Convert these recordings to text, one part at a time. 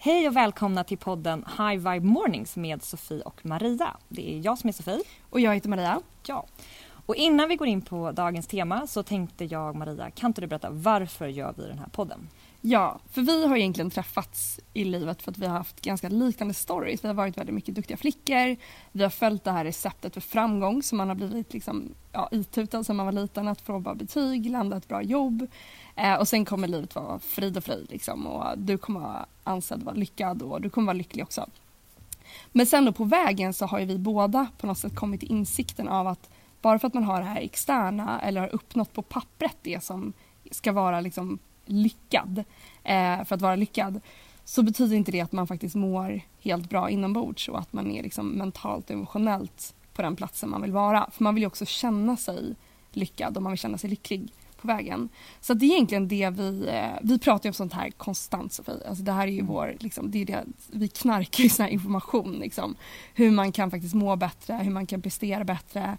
Hej och välkomna till podden High Vibe Mornings med Sofie och Maria. Det är jag som är Sofie. Och jag heter Maria. Ja. Och innan vi går in på dagens tema så tänkte jag, Maria, kan inte du berätta varför gör vi den här podden? Ja, för vi har egentligen träffats i livet för att vi har haft ganska liknande stories. Vi har varit väldigt mycket duktiga flickor. Vi har följt det här receptet för framgång som man har blivit itutad som man var liten. Att få bra betyg, landa ett bra jobb. Och sen kommer livet vara frid och fröjd. Och du kommer vara ansedd, vara lyckad och du kommer vara lycklig också. Men sen då på vägen så har ju vi båda på något sätt kommit till insikten av att bara för att man har det här externa eller har uppnått på pappret det som ska vara lyckad, för att vara lyckad, så betyder inte det att man faktiskt mår helt bra inombords och att man är mentalt och emotionellt på den platsen man vill vara. För man vill ju också känna sig lyckad och man vill känna sig lycklig på vägen. Så det är egentligen det vi pratar om sånt här konstant, Sofie. Alltså det här är ju det är det, vi knarkar ju sån här information hur man kan faktiskt må bättre, hur man kan prestera bättre,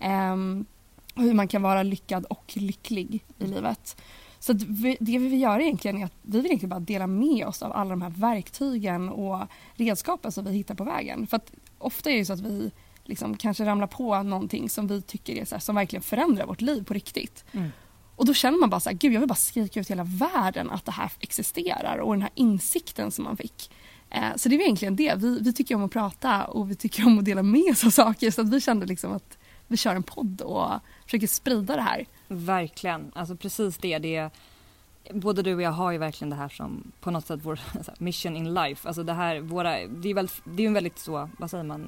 hur man kan vara lyckad och lycklig i livet. Så det vi vill göra egentligen är att vi vill egentligen bara dela med oss av alla de här verktygen och redskapen som vi hittar på vägen. För att ofta är det så att vi kanske ramlar på någonting som vi tycker är så här, som verkligen förändrar vårt liv på riktigt. Och då känner man bara så här, gud, jag vill bara skrika ut hela världen att det här existerar och den här insikten som man fick. Så det är egentligen det. Vi tycker om att prata och vi tycker om att dela med oss av saker, så att vi kände att vi kör en podd och försöker sprida det här. Verkligen, alltså precis det. Både du och jag har ju verkligen det här som på något sätt vår mission in life. Alltså det här, det är en väldigt så, vad säger man,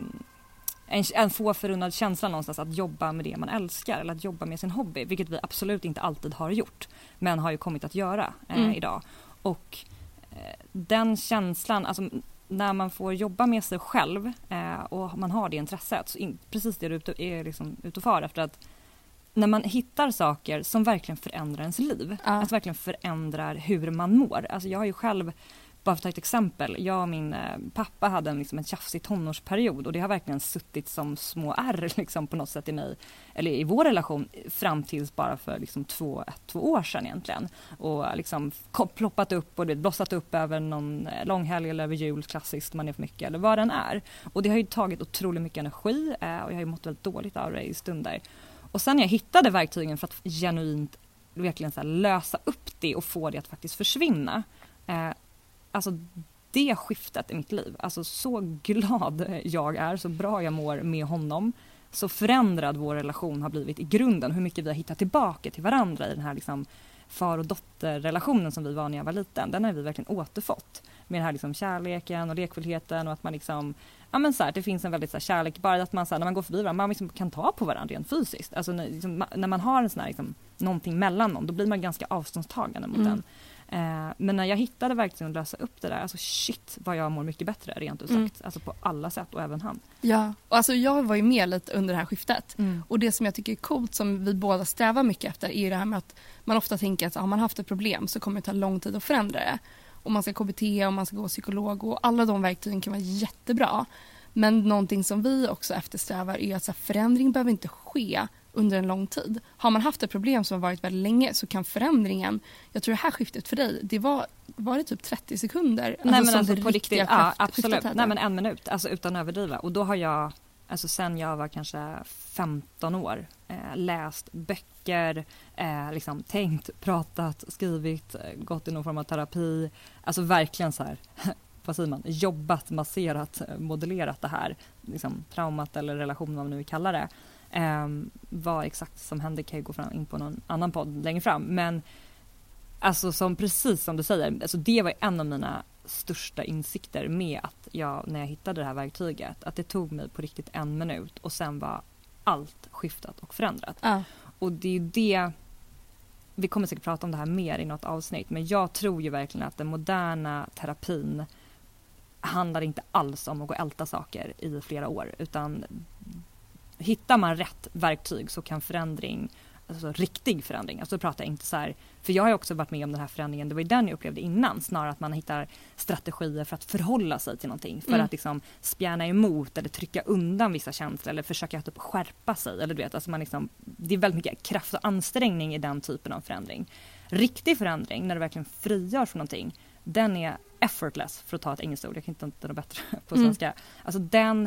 en få förunnad känsla någonstans att jobba med det man älskar eller att jobba med sin hobby, vilket vi absolut inte alltid har gjort, men har ju kommit att göra idag. Och den känslan, alltså när man får jobba med sig själv och man har det intresset, så precis det du är ute och far efter, att när man hittar saker som verkligen förändrar ens liv, att verkligen förändrar hur man mår. Alltså jag har ju själv, bara för att ta ett exempel, jag och min pappa hade en tjafsig tonårsperiod och det har verkligen suttit som små ärr på något sätt i mig, eller i vår relation, fram tills bara för 2 år sedan egentligen. Och ploppat upp och blossat upp över någon långhelg eller över jul, klassiskt, man är för mycket eller vad den är. Och det har ju tagit otroligt mycket energi och jag har ju mått väldigt dåligt av det i stunder. Och sen när jag hittade verktygen för att genuint verkligen lösa upp det och få det att faktiskt försvinna, alltså det skiftet i mitt liv, alltså så glad jag är, så bra jag mår med honom, så förändrad vår relation har blivit i grunden, hur mycket vi har hittat tillbaka till varandra i den här far- och dotterrelationen som vi var när jag var liten. Den har vi verkligen återfått med den här kärleken och lekfullheten och att man det finns en väldigt kärlek, bara att man när man går förbi varandra, man kan ta på varandra rent fysiskt. Alltså när man har en sån här någonting mellan någon, då blir man ganska avståndstagande mot den. Men när jag hittade verkligen att lösa upp det där, alltså shit vad jag mår mycket bättre rent ut sagt, alltså på alla sätt, och även han. Ja, och alltså jag var ju med lite under det här skiftet och det som jag tycker är coolt, som vi båda strävar mycket efter, är ju det här med att man ofta tänker att har man haft ett problem så kommer det ta lång tid att förändra det, och man ska KBT och man ska gå psykolog och alla de verktygen kan vara jättebra, men någonting som vi också eftersträvar är att förändring behöver inte ske under en lång tid. Har man haft ett problem som har varit väldigt länge, så kan förändringen, jag tror det här skiftet för dig, det var det typ 30 sekunder? Nej, men alltså på riktigt, ja, absolut. Nej, men 1 minut, alltså utan att överdriva. Och då har jag, alltså sen jag var kanske 15 år, läst böcker, tänkt, pratat, skrivit, gått i någon form av terapi. Alltså verkligen vad säger man, jobbat, masserat, modellerat det här, traumat eller relation, vad man nu vill kalla det. Vad exakt som hände kan jag gå in på någon annan podd längre fram, men alltså precis som du säger, alltså det var en av mina största insikter med att när jag hittade det här verktyget, att det tog mig på riktigt 1 minut och sen var allt skiftat och förändrat. Och det är ju det, vi kommer säkert prata om det här mer i något avsnitt, men jag tror ju verkligen att den moderna terapin handlar inte alls om att gå och älta saker i flera år, utan hittar man rätt verktyg så kan förändring, alltså riktig förändring, alltså pratar jag inte för jag har ju också varit med om den här förändringen, det var ju den jag upplevde innan, snarare att man hittar strategier för att förhålla sig till någonting, för att spjärna emot eller trycka undan vissa känslor eller försöka att skärpa sig, eller du vet, alltså det är väldigt mycket kraft och ansträngning i den typen av förändring. Riktig förändring, när du verkligen frigör från någonting, den är effortless, för att ta ett engelskt ord, jag kan inte något bättre på svenska. Alltså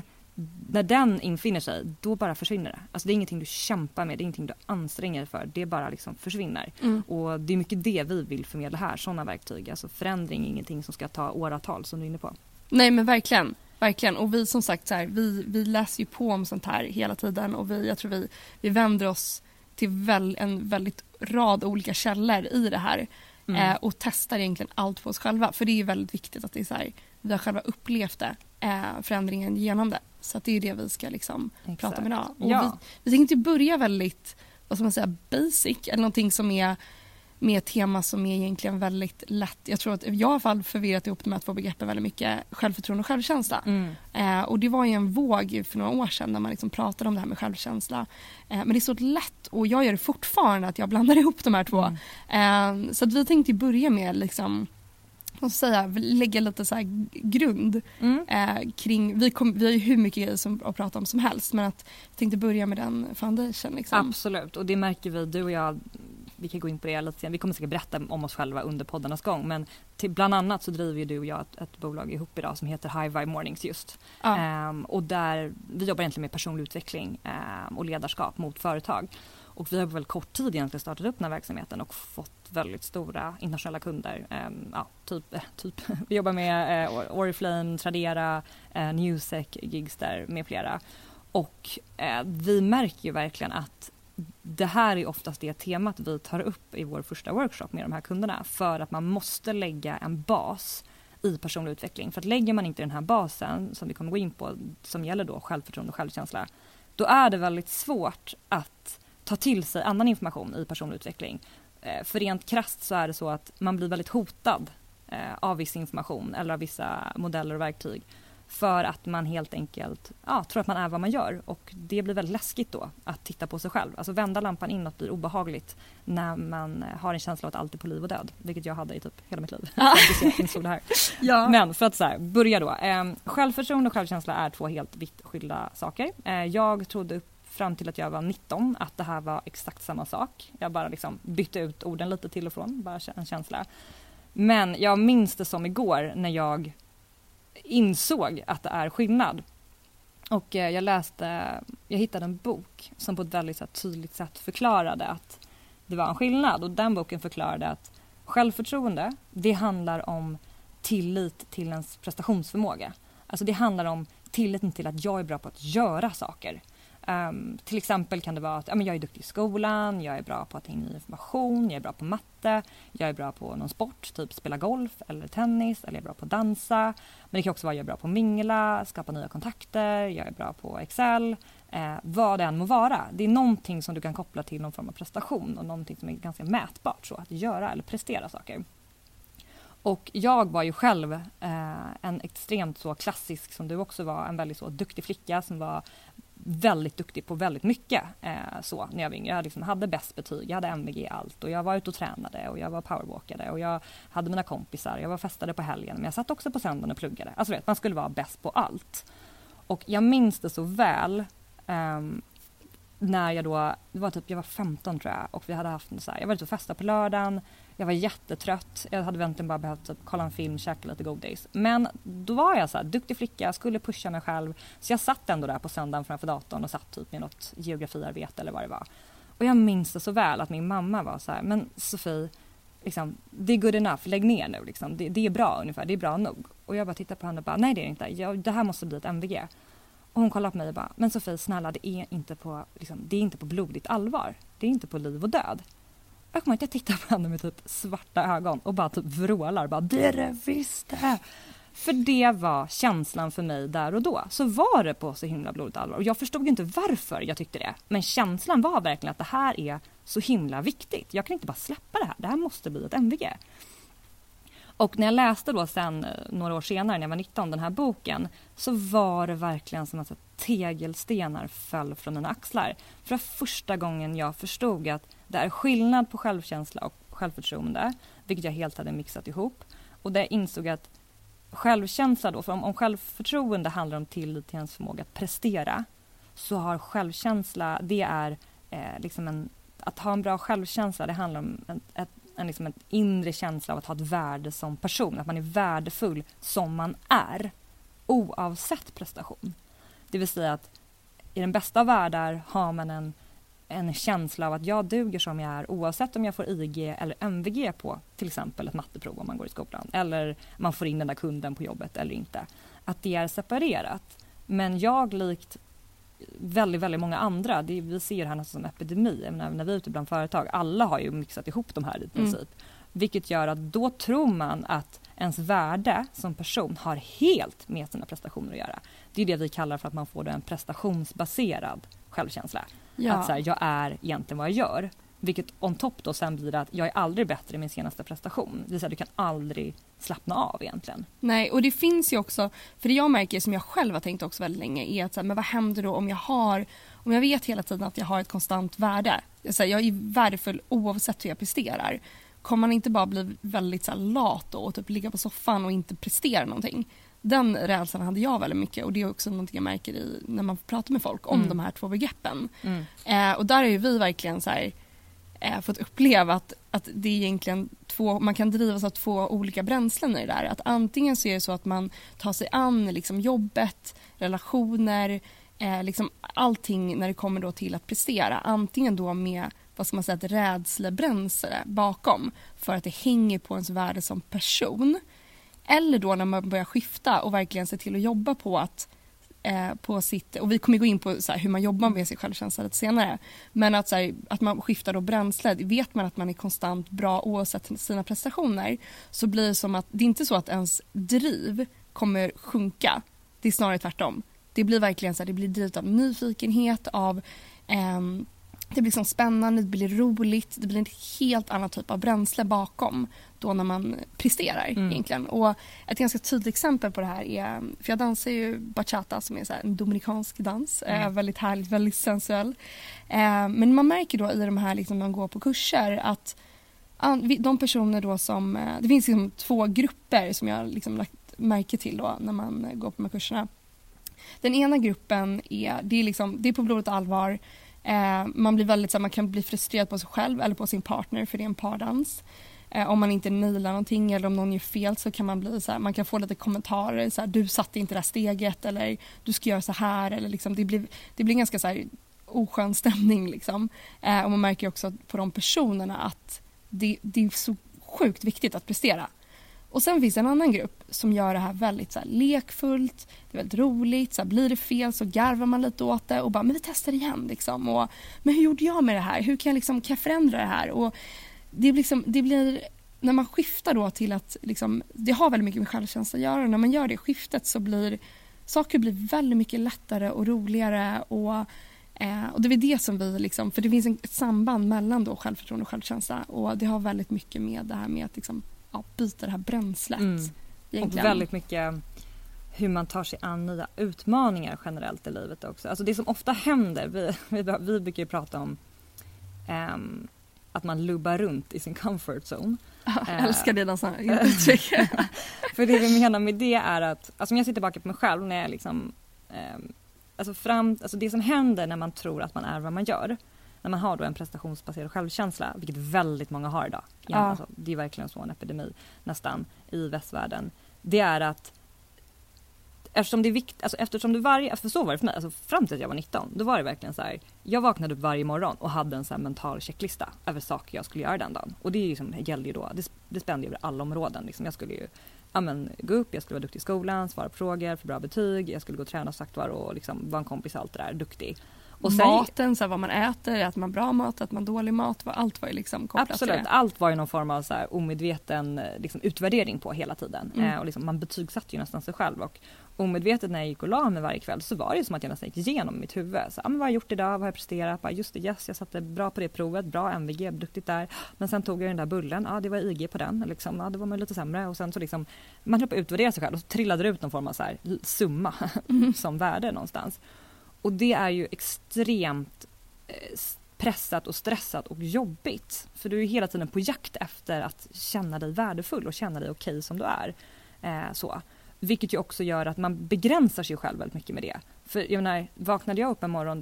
när den infinner sig, då bara försvinner det. Alltså det är ingenting du kämpar med, det är ingenting du anstränger dig för, det bara liksom försvinner. Och det är mycket det vi vill förmedla här, sådana verktyg. Alltså förändring är ingenting som ska ta åratal, som du är inne på. Nej, men verkligen. Verkligen. Och vi som sagt, så här, vi läser ju på om sånt här hela tiden, och jag tror vi vänder oss till en väldigt rad olika källor i det här. Och testar egentligen allt på oss själva. För det är väldigt viktigt att det är så här, vi har själva upplevt det, förändringen genom det. Så att det är det vi ska liksom prata om idag. Och vi tänkte börja väldigt, vad ska man säga, basic, eller någonting som är med ett tema som är egentligen väldigt lätt. Jag tror att jag i alla fall förvirrat ihop de här två begreppen väldigt mycket, självförtroende och självkänsla. Och det var ju en våg för några år sedan när man liksom pratade om det här med självkänsla. Men det är så lätt, och jag gör det fortfarande, att jag blandar ihop de här två. Så att vi tänkte börja med liksom, vad ska jag säga, lägga lite så här grund kring, vi har ju hur mycket grejer att prata om som helst, men att jag tänkte börja med den foundation liksom. Absolut, och det märker vi, du och jag, vi kan gå in på det lite sen. Vi kommer säkert berätta om oss själva under poddarnas gång, men bland annat så driver ju du och jag ett bolag ihop idag som heter High Vibe Mornings just. Och där vi jobbar egentligen med personlig utveckling och ledarskap mot företag. Och vi har väl kort tid egentligen startat upp den här verksamheten och fått väldigt stora internationella kunder. Typ. Vi jobbar med Oriflame, Tradera, Newsec, Gigster med flera. Och vi märker ju verkligen att det här är oftast det temat vi tar upp i vår första workshop med de här kunderna. För att man måste lägga en bas i personlig utveckling. För att lägger man inte den här basen, som vi kommer gå in på, som gäller då självförtroende och självkänsla, då är det väldigt svårt att ta till sig annan information i personlig utveckling. För rent krasst så är det så att man blir väldigt hotad av viss information eller av vissa modeller och verktyg. För att man helt enkelt tror att man är vad man gör. Och det blir väldigt läskigt då att titta på sig själv. Alltså vända lampan inåt blir obehagligt när man har en känsla av att allt är på liv och död. Vilket jag hade i typ hela mitt liv. Men för att så här, börja då. Självförtroende och självkänsla är två helt vitt skilda saker. Jag trodde fram till att jag var 19 att det här var exakt samma sak. Jag bara liksom bytte ut orden lite till och från. Bara en känsla. Men jag minns det som igår när jag insåg att det är skillnad. Och jag hittade en bok som på ett väldigt så här, tydligt sätt förklarade att det var en skillnad. Och den boken förklarade att självförtroende, det handlar om tillit till ens prestationsförmåga. Alltså det handlar om tilliten till att jag är bra på att göra saker. Till exempel kan det vara att jag är duktig i skolan, jag är bra på att ta in ny information, jag är bra på matte, jag är bra på någon sport, typ spela golf eller tennis, eller jag är bra på att dansa. Men det kan också vara att jag är bra på att mingla, skapa nya kontakter, jag är bra på Excel, vad det än må vara. Det är någonting som du kan koppla till någon form av prestation och någonting som är ganska mätbart, så att göra eller prestera saker. Och jag var ju själv en extremt så klassisk, som du också var, en väldigt så duktig flicka som var väldigt duktig på väldigt mycket så när jag var yngre. Jag liksom hade bäst betyg, jag hade MVG i allt och jag var ute och tränade och jag var powerwalkade och jag hade mina kompisar, jag var festade på helgen, men jag satt också på söndagen och pluggade. Alltså man skulle vara bäst på allt. Och jag minns det så väl när jag då, jag var 15 tror jag, och vi hade haft så här, jag var ute och festade på lördagen. Jag var jättetrött. Jag hade egentligen bara behövt kolla en film, käka lite godis. Men då var jag så här, duktig flicka, skulle pusha mig själv. Så jag satt ändå där på söndagen framför datorn och satt typ med något geografiarbete eller vad det var. Och jag minns det så väl att min mamma var så här, men Sofie, liksom, det är good enough, lägg ner nu. Liksom. Det är bra ungefär, det är bra nog. Och jag bara tittade på henne och bara, nej det är det inte. Det här måste bli ett MVG. Och hon kollade på mig och bara, men Sofie, snälla, det är inte på blodigt allvar. Det är inte på liv och död. Jag kommer att jag tittar på henne med typ svarta ögon och bara typ vrålar. Bara, det är det visst det. För det var känslan för mig där och då. Så var det på så himla blodigt allvar. Och jag förstod inte varför jag tyckte det. Men känslan var verkligen att det här är så himla viktigt. Jag kan inte bara släppa det här. Det här måste bli ett MVG. Och när jag läste då sen några år senare när jag var 19 den här boken, så var det verkligen som att tegelstenar föll från mina axlar. För det var första gången jag förstod att det är skillnad på självkänsla och självförtroende, vilket jag helt hade mixat ihop. Och där jag insåg att självkänsla då, för om självförtroende handlar om tillit till ens förmåga att prestera, så har självkänsla, det är liksom att ha en bra självkänsla, det handlar om liksom en inre känsla av att ha ett värde som person. Att man är värdefull som man är. Oavsett prestation. Det vill säga att i den bästa av världar har man en känsla av att jag duger som jag är oavsett om jag får IG eller MVG på till exempel ett matteprov om man går i skolan. Eller man får in den där kunden på jobbet eller inte. Att det är separerat. Men jag likt väldigt, väldigt många andra, vi ser det här nästan som epidemi. När vi är ute bland företag, alla har ju mixat ihop de här i princip. Vilket gör att då tror man att ens värde som person har helt med sina prestationer att göra. Det är det vi kallar för att man får en prestationsbaserad självkänsla. Ja. Att så här, jag är egentligen vad jag gör. Vilket on top då sen blir att jag är aldrig bättre i min senaste prestation. Det vill säga du kan aldrig slappna av egentligen. Nej, och det finns ju också, för det jag märker som jag själv har tänkt också väldigt länge är att så här, men vad händer då om jag vet hela tiden att jag har ett konstant värde. Jag är värdefull oavsett hur jag presterar. Kommer man inte bara bli väldigt så här, lat då, och typ ligga på soffan och inte prestera någonting. Den rädslan hade jag väldigt mycket och det är också någonting jag märker när man pratar med folk om de här två begreppen. Och där är ju vi verkligen så här, fått uppleva att det är egentligen man kan drivas av två olika bränslen i det där. Att antingen så är det så att man tar sig an liksom jobbet, relationer, liksom allting när det kommer då till att prestera. Antingen då med vad ska man säga, ett rädslebränsle bakom för att det hänger på ens värde som person. Eller då när man börjar skifta och verkligen se till att jobba på att på sitt, och vi kommer gå in på så här, hur man jobbar med sig självkänsla lite senare, men att, så här, att man skiftar då bränsle, vet man att man är konstant bra oavsett sina prestationer, så blir det som att det är inte så att ens driv kommer sjunka, det är snarare tvärtom. Det blir verkligen så här, det blir drivet av nyfikenhet, av det blir liksom spännande, det blir roligt, det blir en helt annan typ av bränsle bakom då när man presterar egentligen. Och ett ganska tydligt exempel på det här är, för jag dansar ju bachata som är så här en dominikansk dans, väldigt härligt, väldigt sensuell. Men man märker då i de här liksom, när man går på kurser att de personer då som, det finns liksom två grupper som jag liksom lagt märke till då när man går på de här kurserna. Den ena gruppen det är på blodigt allvar. Man blir väldigt så här, man kan bli frustrerad på sig själv eller på sin partner för det är en pardans. Om man inte nailar någonting eller om någon gör fel så kan man bli så här, man kan få lite kommentarer så här, du satte inte det här steget eller du ska göra så här eller liksom, det blir ganska så här oskön stämning liksom. Och man märker också på de personerna att det är så sjukt viktigt att prestera. Och sen finns en annan grupp som gör det här väldigt så här lekfullt, det är väldigt roligt, så här, blir det fel så garvar man lite åt det och bara, men vi testar igen liksom. Och, men hur gjorde jag med det här? Hur kan jag förändra det här? Och det blir, när man skiftar då till att liksom, det har väldigt mycket med självkänsla att göra. När man gör det skiftet så blir saker väldigt mycket lättare och roligare och det är det som vi liksom, för det finns ett samband mellan då självförtroende och självkänsla och det har väldigt mycket med det här med att liksom, byta det här bränslet. Och väldigt mycket hur man tar sig an nya utmaningar generellt i livet också. Alltså det som ofta händer, vi brukar ju prata om att man lubbar runt i sin comfort zone. Jag älskar det uttryck. För det vi menar med det är att, alltså om jag sitter tillbaka på mig själv när jag liksom alltså det som händer när man tror att man är vad man gör, när man har då en prestationsbaserad självkänsla, vilket väldigt många har idag. Alltså, det är verkligen så en epidemi nästan i västvärlden. Det är att eftersom det är viktigt, alltså eftersom det för så var det för mig, alltså fram till att jag var 19, då var det verkligen så här, jag vaknade upp varje morgon och hade en så här mental checklista över saker jag skulle göra den dagen. Och det är ju liksom, gällde ju då, det spände över alla områden liksom. Jag skulle ju gå upp, jag skulle vara duktig i skolan, svara på frågor, få bra betyg, jag skulle gå och träna sagt var och liksom vara en kompis, allt det där, duktig. Och sen, maten, så här, vad man äter, att man bra mat, att man dålig mat, allt var ju liksom kopplat absolut, till det. Allt var ju någon form av så här omedveten liksom, utvärdering på hela tiden. Och liksom, man betygsatte ju nästan sig själv. Och omedvetet när jag gick och la mig varje kväll så var det ju som att jag nästan gick igenom mitt huvud. Så, men vad har jag gjort idag? Vad har jag presterat? Bara, just det, yes, jag satte bra på det provet. Bra MVG, duktigt där. Men sen tog jag den där bullen. Det var IG på den. Liksom, det var man lite sämre. Och sen så liksom, man höll på att utvärdera sig själv och så trillade det ut någon form av så här, summa som värde någonstans. Och det är ju extremt pressat och stressat och jobbigt. För du är hela tiden på jakt efter att känna dig värdefull och känna dig okej som du är. Så. Vilket ju också gör att man begränsar sig själv väldigt mycket med det. För jag menar, vaknade jag upp en morgon då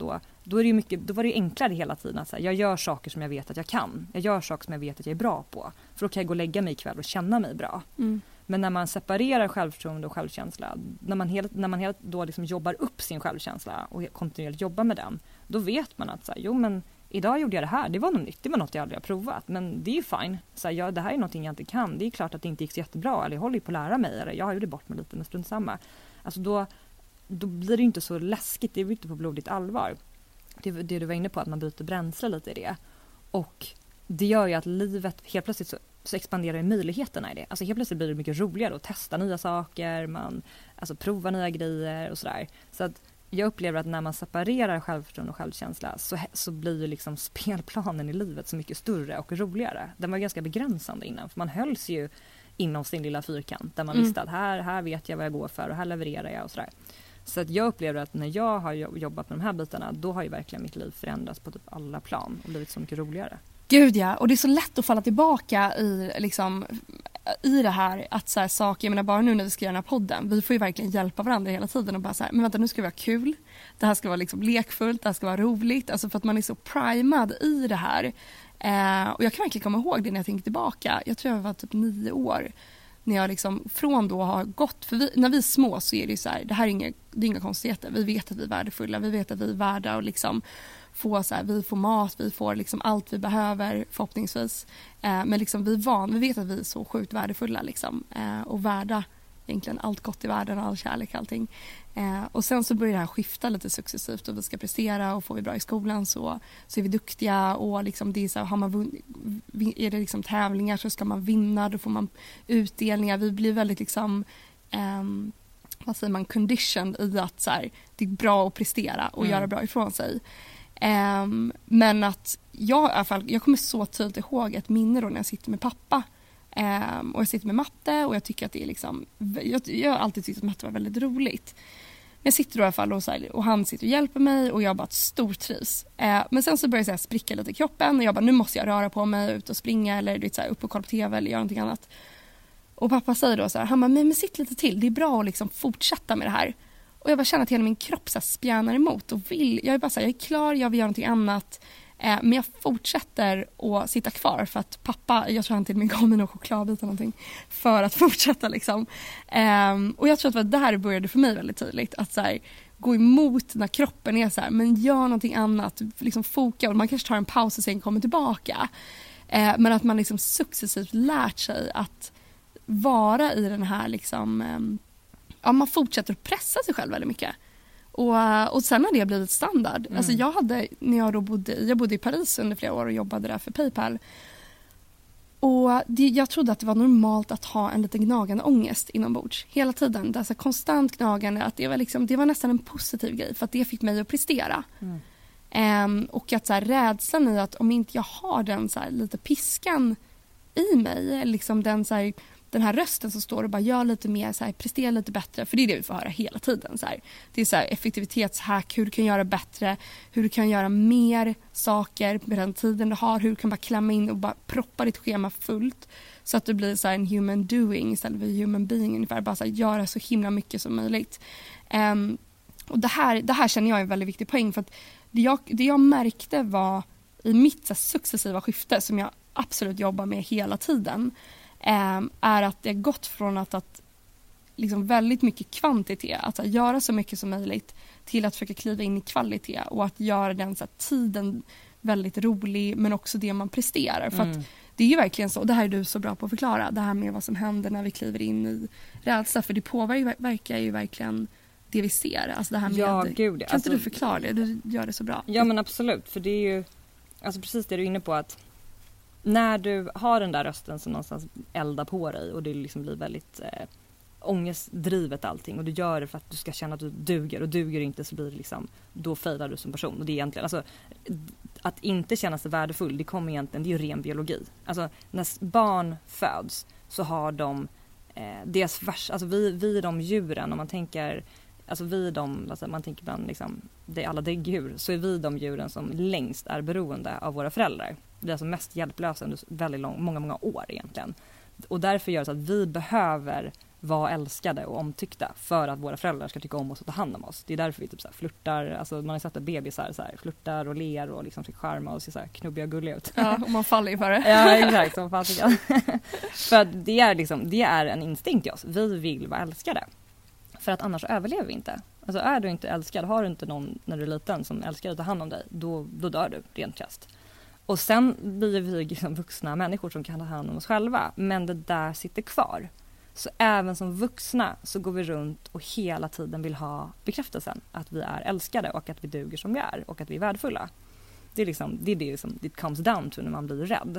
då var det ju enklare hela tiden att så här, jag gör saker som jag vet att jag kan. Jag gör saker som jag vet att jag är bra på. För då kan jag gå och lägga mig ikväll och känna mig bra. Men när man separerar självförtroende och självkänsla, när man helt då liksom jobbar upp sin självkänsla och kontinuerligt jobbar med den, då vet man att så här, jo men idag gjorde jag det här, det var något nytt, det var något jag aldrig har provat, men det är ju fine. Så här, det här är någonting jag inte kan, det är klart att det inte gick så jättebra, eller jag håller ju på att lära mig, eller jag gjorde bort mig lite, men strunt samma. Alltså då blir det inte så läskigt, det är inte på blodigt allvar. Det du var inne på, att man byter bränsle lite i det. Och det gör ju att livet helt plötsligt så expanderar möjligheterna i det. Alltså helt plötsligt blir det mycket roligare att testa nya saker, alltså prova nya grejer och sådär. Så att jag upplever att när man separerar självförtroende och självkänsla så blir ju liksom spelplanen i livet så mycket större och roligare. Den var ganska begränsande innan, för man hölls ju inom sin lilla fyrkant där man visste att här vet jag vad jag går för och här levererar jag och sådär. Så att jag upplever att när jag har jobbat med de här bitarna, då har ju verkligen mitt liv förändrats på typ alla plan och blivit så mycket roligare. Gud ja, och det är så lätt att falla tillbaka i det här att så här, saker, jag menar bara nu när vi ska göra den här podden, vi får ju verkligen hjälpa varandra hela tiden och bara så här, men vänta, nu ska vi ha kul, det här ska vara liksom lekfullt, det här ska vara roligt, alltså för att man är så primad i det här. Och jag kan verkligen komma ihåg det när jag tänker tillbaka, jag tror jag var typ 9 år, när jag liksom från då har gått, för när vi är små så är det så här, det här är inga konstigheter, vi vet att vi är värdefulla, vi vet att vi är värda och liksom få så här, vi får mat, vi får liksom allt vi behöver förhoppningsvis. Men liksom vi vet att vi är så sjukt värdefulla liksom. Och värda egentligen allt gott i världen och all kärlek och allting. Och sen så börjar det här skifta lite successivt och vi ska prestera och får vi bra i skolan så är vi duktiga och liksom det är så här, är det liksom tävlingar så ska man vinna, då får man utdelningar. Vi blir väldigt liksom vad säger man, conditioned i att så här, det är bra att prestera och göra bra ifrån sig. Men att jag kommer så tydligt ihåg ett minne då när jag sitter med pappa och jag sitter med matte och jag tycker att det är liksom, jag har alltid tyckt att matte var väldigt roligt. Men jag sitter då i alla fall och han sitter och hjälper mig och jag bara stortrivs. Men sen så börjar jag så här spricka lite i kroppen och jag bara, nu måste jag röra på mig, ut och springa eller så här, upp och kolla på TV eller göra någonting annat. Och pappa säger då så här, han bara, men sitt lite till, det är bra att liksom fortsätta med det här. Och jag bara känner att hela min kropp så här spjärnar emot och jag är bara så här, jag är klar, jag vill göra någonting annat. Men jag fortsätter att sitta kvar för att pappa, jag tror han till mig gav mig någon chokladbit eller någonting för att fortsätta liksom. Och jag tror att det här började för mig väldigt tydligt att så här, gå emot när kroppen är så här, men gör någonting annat, liksom foka och man kanske tar en paus och sen kommer tillbaka. Men att man liksom successivt lärt sig att vara i den här liksom, man fortsätter att pressa sig själv väldigt mycket. Och sen har det blivit standard. Alltså jag bodde i Paris under flera år och jobbade där för PayPal. Och jag trodde att det var normalt att ha en liten gnagande ångest inombords hela tiden. Det är så konstant gnagande, att det var nästan en positiv grej för att det fick mig att prestera. Och att så här, rädslan i att om inte jag har den så här, lite piskan i mig, liksom den här rösten som står och bara gör lite mer, så här, prestera lite bättre, för det är det vi får höra hela tiden. Så här. Det är så här, effektivitetshack, hur du kan göra bättre, hur du kan göra mer saker med den tiden du har, hur du kan bara klämma in och bara proppa ditt schema fullt så att du blir så här, en human doing istället för human being ungefär, bara så här, göra så himla mycket som möjligt. Och det här känner jag är en väldigt viktig poäng, för att det jag märkte var i mitt så här, successiva skifte som jag absolut jobbar med hela tiden, är att det har gått från att liksom väldigt mycket kvantitet, att göra så mycket som möjligt, till att försöka kliva in i kvalitet och att göra den så här, tiden väldigt rolig, men också det man presterar. För att det är ju verkligen så, och det här är du så bra på att förklara, det här med vad som händer när vi kliver in i rädsla, för det påverkar ju verkligen det vi ser. Alltså det här med, gud, kan inte du förklara det? Du gör det så bra. Ja, men absolut, för det är ju alltså precis det du är inne på, att när du har den där rösten som någonstans eldar på dig och det liksom blir väldigt ångestdrivet allting, och du gör det för att du ska känna att du duger, och duger inte så blir det liksom, då failar du som person. Och det är egentligen, alltså, att inte känna sig värdefull, det kommer egentligen, det är ju ren biologi. Alltså när barn föds så har de deras alltså vi de djuren, om man tänker, alltså man tänker bland liksom, alla däggdjur, så är vi de djuren som längst är beroende av våra föräldrar. Vi är alltså mest hjälplösa under väldigt många år egentligen. Och därför gör det så att vi behöver vara älskade och omtyckta för att våra föräldrar ska tycka om oss och ta hand om oss. Det är därför vi typ så här flirtar, alltså man har sett att bebisar så här flirtar och ler och liksom fick charma och ser så här knubbiga och gulliga ut. Ja, och man faller ju för det. Ja, exakt, som fasiken. För att det är en instinkt i oss. Vi vill vara älskade. För att annars överlever vi inte. Alltså är du inte älskad, har du inte någon när du är liten som älskar att ta hand om dig, då dör du rent krasst. Och sen blir vi liksom vuxna människor som kan ta hand om oss själva. Men det där sitter kvar. Så även som vuxna så går vi runt och hela tiden vill ha bekräftelsen. Att vi är älskade och att vi duger som vi är. Och att vi är värdefulla. Det är det som it comes down to när man blir rädd.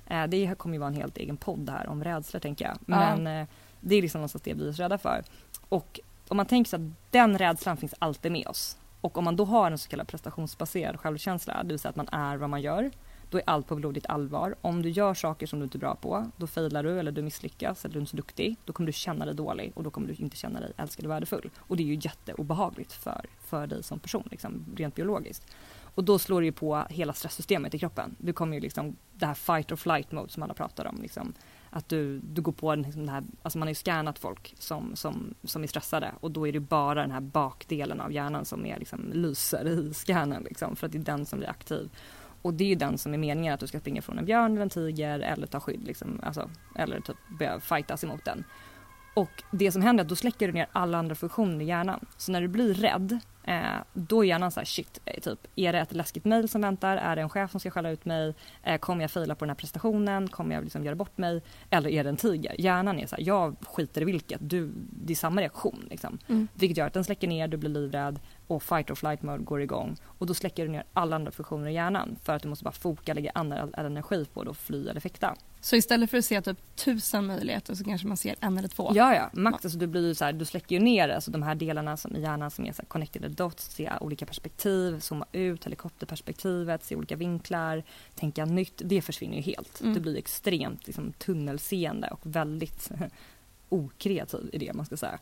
Det kommer ju vara en helt egen podd här om rädsla, tänker jag. Men det är liksom någonstans det vi är så rädda för. Och om man tänker så att den rädslan finns alltid med oss. Och om man då har en så kallad prestationsbaserad självkänsla, det vill säga att man är vad man gör, då är allt på blodigt allvar. Om du gör saker som du inte är bra på, då failar du eller du misslyckas eller du är inte så duktig, då kommer du känna dig dålig och då kommer du inte känna dig älskad och värdefull. Och det är ju jätteobehagligt för dig som person, liksom, rent biologiskt. Och då slår det ju på hela stresssystemet i kroppen. Du kommer ju liksom, det här fight or flight mode som alla pratar om, liksom, att du går på liksom det här, alltså man har ju scannat folk som är stressade och då är det bara den här bakdelen av hjärnan som är liksom lyser i scannen, liksom, för att det är den som blir aktiv. Och det är ju den som är meningen att du ska springa från en björn eller en tiger eller ta skydd, liksom, alltså, eller typ börja fightas emot den. Och det som händer är att då släcker du ner alla andra funktioner i hjärnan. Så när du blir rädd, då är hjärnan så här, shit, typ, är det ett läskigt mejl som väntar? Är det en chef som ska skälla ut mig? Kommer jag faila på den här prestationen? Kommer jag liksom göra bort mig? Eller är det en tiger? Hjärnan är så här, jag skiter i vilket. Det är samma reaktion. Liksom. Vilket gör att den släcker ner, du blir livrädd och fight or flight mode går igång. Och då släcker du ner alla andra funktioner i hjärnan för att du måste bara lägga all energi på det och fly eller fäkta. Så istället för att se typ 1000 möjligheter så kanske man ser en eller två. Ja, max. Alltså, du släcker ju ner alltså, de här delarna som i hjärnan som är så här, connected the dots, se olika perspektiv, zooma ut, helikopterperspektivet, se olika vinklar, tänka nytt. Det försvinner ju helt. Du blir extremt liksom, tunnelseende och väldigt okreativ i det, man ska säga.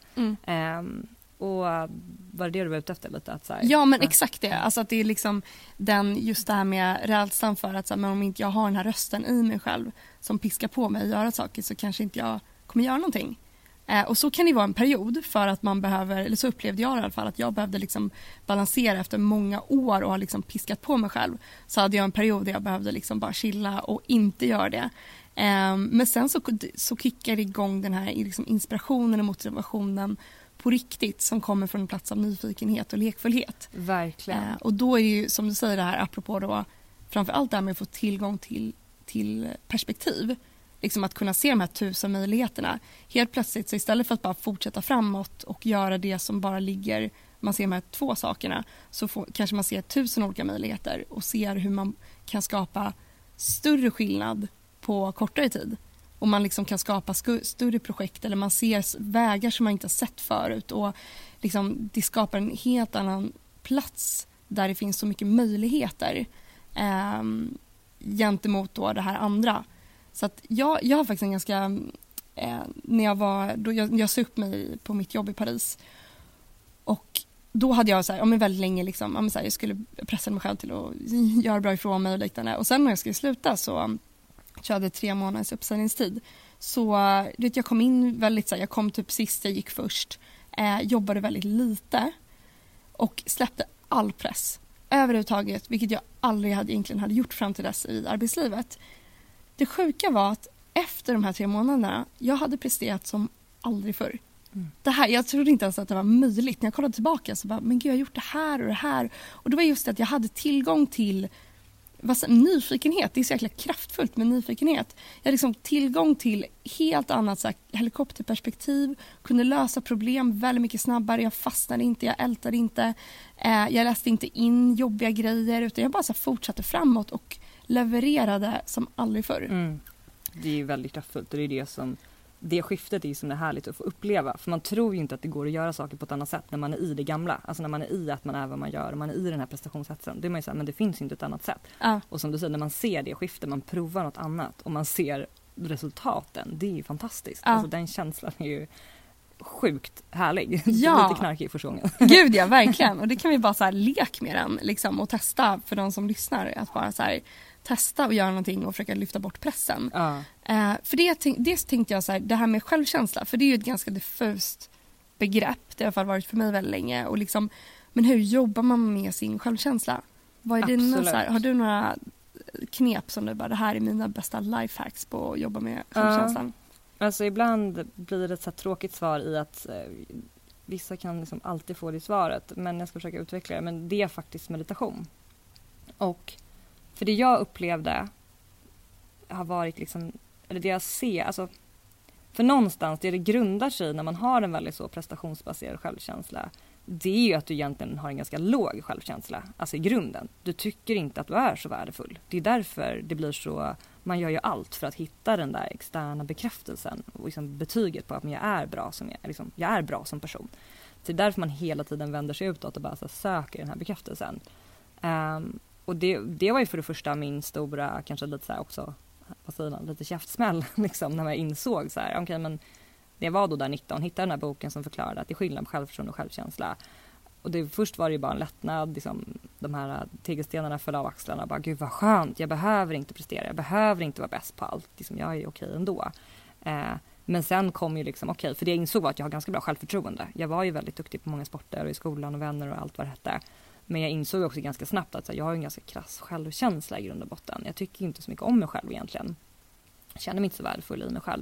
Och var det du var ute efter lite? Att, så här, ja, men exakt det. Alltså att det är liksom just det här med rädslan för att så här, men om inte jag har den här rösten i mig själv som piskar på mig att göra saker så kanske inte jag kommer göra någonting. Och så kan det vara en period för att man behöver, eller så upplevde jag i alla fall, att jag behövde liksom balansera efter många år och ha liksom piskat på mig själv. Så hade jag en period där jag behövde liksom bara chilla och inte göra det. Men sen så kickar det igång den här liksom inspirationen och motivationen på riktigt som kommer från en plats av nyfikenhet och lekfullhet. Verkligen. Och då är det ju, som du säger det här, apropå då framförallt det här med att få tillgång till perspektiv. Liksom att kunna se de här 1000 möjligheterna. Helt plötsligt, så istället för att bara fortsätta framåt och göra det som bara ligger, man ser de här 2 sakerna, så kanske man ser 1000 olika möjligheter och ser hur man kan skapa större skillnad på kortare tid. Och man liksom kan skapa större projekt eller man ser vägar som man inte har sett förut. Och liksom, det skapar en helt annan plats där det finns så mycket möjligheter gentemot då det här andra. Så att jag har faktiskt en ganska... när jag sa upp mig på mitt jobb i Paris. Och då hade jag så här, väldigt länge liksom, jag skulle pressa mig själv till att göra bra ifrån mig och liknande. Och sen när jag skulle sluta så... Jag hade 3 månaders uppsägningstid. Så jag kom in väldigt, jag kom typ sist, jag gick först. Jobbade väldigt lite. Och släppte all press. Överhuvudtaget, vilket jag aldrig egentligen hade gjort fram till dess i arbetslivet. Det sjuka var att efter de här 3 månaderna, jag hade presterat som aldrig förr. Det här, jag trodde inte ens att det var möjligt. När jag kollade tillbaka så bara, men gud, jag har gjort det här och det här. Och det var just det att jag hade tillgång till nyfikenhet. Det är så jäkla kraftfullt med nyfikenhet. Jag hade liksom tillgång till helt annat så här, helikopterperspektiv, kunde lösa problem väldigt mycket snabbare. Jag fastnade inte, jag ältade inte, jag läste inte in jobbiga grejer, utan jag bara så här, fortsatte framåt och levererade som aldrig förr. Det är ju väldigt kraftfullt och det är det som det skiftet är ju som är härligt att få uppleva. För man tror ju inte att det går att göra saker på ett annat sätt när man är i det gamla. Alltså när man är i att man är vad man gör och man är i den här prestationshetsen. Det är man ju så här, men det finns inte ett annat sätt. Och som du säger, när man ser det skiftet, man provar något annat och man ser resultaten, det är ju fantastiskt. Alltså den känslan är ju sjukt härlig. Ja. Lite knarkig första gången. Gud ja, verkligen. Och det kan vi bara så här lek med den liksom, och testa för de som lyssnar. Att bara så här, testa och göra någonting och försöka lyfta bort pressen. Ja. För det tänkte jag så här, det här med självkänsla. För det är ju ett ganska diffust begrepp. Det har i alla fall varit för mig väldigt länge. Och liksom, men hur jobbar man med sin självkänsla? Vad är dina, så här, har du några knep som du bara, det här är mina bästa lifehacks på att jobba med självkänslan? Alltså ibland blir det ett så här tråkigt svar i att vissa kan liksom alltid få det svaret, men jag ska försöka utveckla det. Men det är faktiskt meditation. Och för det jag upplevde har varit liksom, eller det jag ser, alltså för någonstans det grundar sig när man har en väldigt så prestationsbaserad självkänsla, det är ju att du egentligen har en ganska låg självkänsla, alltså i grunden. Du tycker inte att du är så värdefull. Det är därför det blir så, man gör ju allt för att hitta den där externa bekräftelsen och liksom betyget på att jag är bra som jag är bra som person. Så det är därför man hela tiden vänder sig utåt och bara så här, söker den här bekräftelsen. Och det var ju för det första min stora, kanske lite så här också, vad säger man, lite käftsmäll liksom, när jag insåg så här, okej, men det var då där 19, hittade den här boken som förklarade att det är skillnad på självförtroende och självkänsla. Och först var det ju bara en lättnad, liksom, de här tegelstenarna föll av axlarna och bara, gud vad skönt, jag behöver inte prestera, jag behöver inte vara bäst på allt, liksom, jag är okej ändå. Men sen kom ju liksom, okej, för det jag insåg var att jag har ganska bra självförtroende. Jag var ju väldigt duktig på många sporter och i skolan och vänner och allt vad det hette. Men jag insåg också ganska snabbt att jag har en ganska krass självkänsla i grund och botten. Jag tycker inte så mycket om mig själv egentligen. Jag känner mig inte så värdefull i mig själv.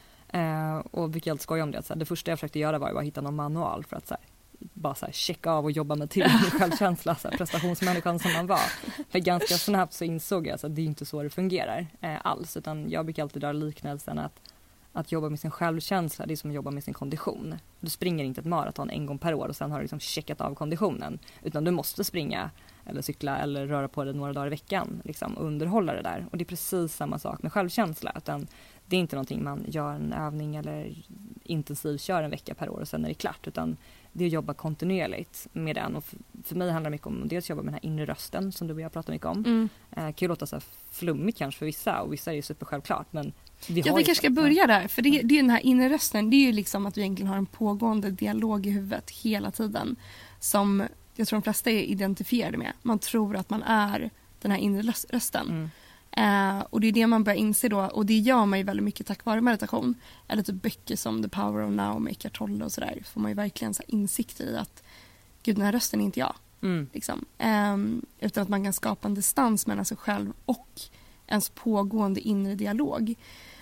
Och vilket jag skojar om det. Att, så här, det första jag försökte göra var att hitta någon manual för att så här, bara så här, checka av och jobba med till min självkänsla. Så här, prestationsmänniskan som man var. För ganska snabbt så insåg jag att det är inte så det fungerar alls. Utan jag brukar alltid dra liknelsen att jobba med sin självkänsla, det är som att jobba med sin kondition. Du springer inte ett maraton en gång per år och sen har du liksom checkat av konditionen. Utan du måste springa eller cykla eller röra på dig några dagar i veckan. Liksom, och underhålla det där. Och det är precis samma sak med självkänsla. Utan det är inte någonting man gör en övning eller intensivt kör en vecka per år och sen är det klart. Utan det är att jobba kontinuerligt med den. Och för mig handlar det mycket om dels jobba med den här inre rösten som du och jag pratar mycket om. Kan ju låta så här flummigt kanske för vissa och vissa är ju supersjälvklart. Men vi kanske ska börja där, för det är den här inre rösten, det är ju liksom att du egentligen har en pågående dialog i huvudet hela tiden som jag tror de flesta är identifierade med. Man tror att man är den här inre rösten. Och det är det man börjar inse då, och det gör man ju väldigt mycket tack vare meditation. Eller typ böcker som The Power of Now med Eckhart Tolle och sådär. Får man ju verkligen så här insikt i att gud, den här rösten är inte jag. Liksom. Utan att man kan skapa en distans mellan sig själv och ens pågående inre dialog.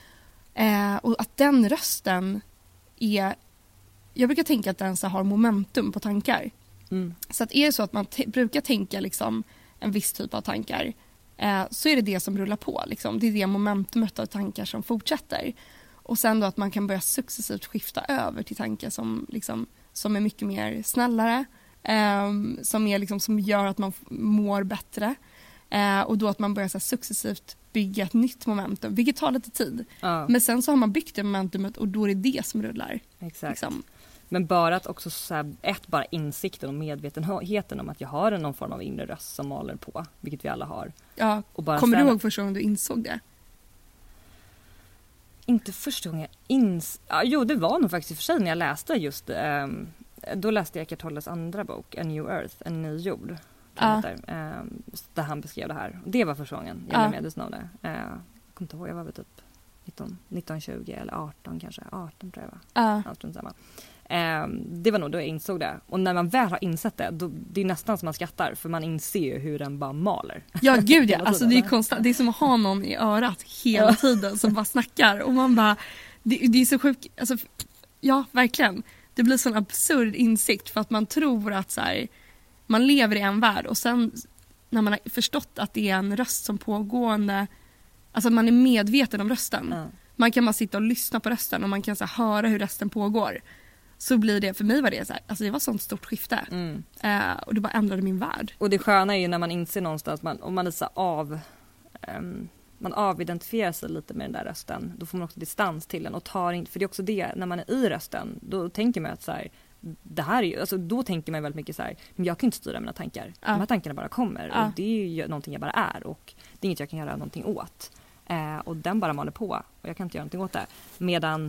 Och att den rösten är, jag brukar tänka att den så har momentum på tankar. Så att är det så att man brukar tänka liksom en viss typ av tankar, så är det som rullar på. Liksom. Det är det momentumet av tankar som fortsätter. Och sen då att man kan börja successivt skifta över till tankar som, liksom, som är mycket mer snällare. Som, är, liksom, som gör att man mår bättre. Och då att man börjar så här, successivt bygga ett nytt momentum. Vilket tar lite tid. Men sen så har man byggt det momentumet och då är det som rullar. Exakt. Liksom. Men bara att också så här, bara insikten och medvetenheten om att jag har någon form av inre röst som maler på, vilket vi alla har. Ja, och bara kommer du ihåg första gången du insåg det? Inte första gången jo, det var nog faktiskt för sig när jag läste just då läste jag Eckhart Tolles andra bok, A New Earth, en ny jord. Där han beskrev det här. Det var första gången jag blev medveten om det. Jag kommer inte ihåg, jag var väl typ 19, 20 eller 18 kanske. 18 tror jag var. Allt samma. Det var nog då jag insåg det. Och när man väl har insett det, då, det är nästan som man skrattar. För man inser hur den bara maler. Ja, gud ja. Alltså, det är konstant. Det är som att ha någon i örat hela tiden som bara snackar. Och man bara, det är så sjukt. Alltså, ja, verkligen. Det blir sån absurd insikt för att man tror att så här, man lever i en värld. Och sen när man har förstått att det är en röst som pågående, alltså man är medveten om rösten. Man kan bara sitta och lyssna på rösten och man kan så här, höra hur rösten pågår. Så blir det, för mig var det så här, alltså det var ett sånt stort skifte. Och det bara ändrade min värld. Och det sköna är ju när man inser någonstans, om man är så man avidentifierar sig lite med den där rösten, då får man också distans till den och tar in, för det är också det, när man är i rösten, då tänker man att så här, det här är ju, alltså då tänker man väldigt mycket så här, men jag kan inte styra mina tankar. De här tankarna bara kommer och det är ju någonting jag bara är och det är inget jag kan göra någonting åt. Och den bara maler på och jag kan inte göra någonting åt det. Medan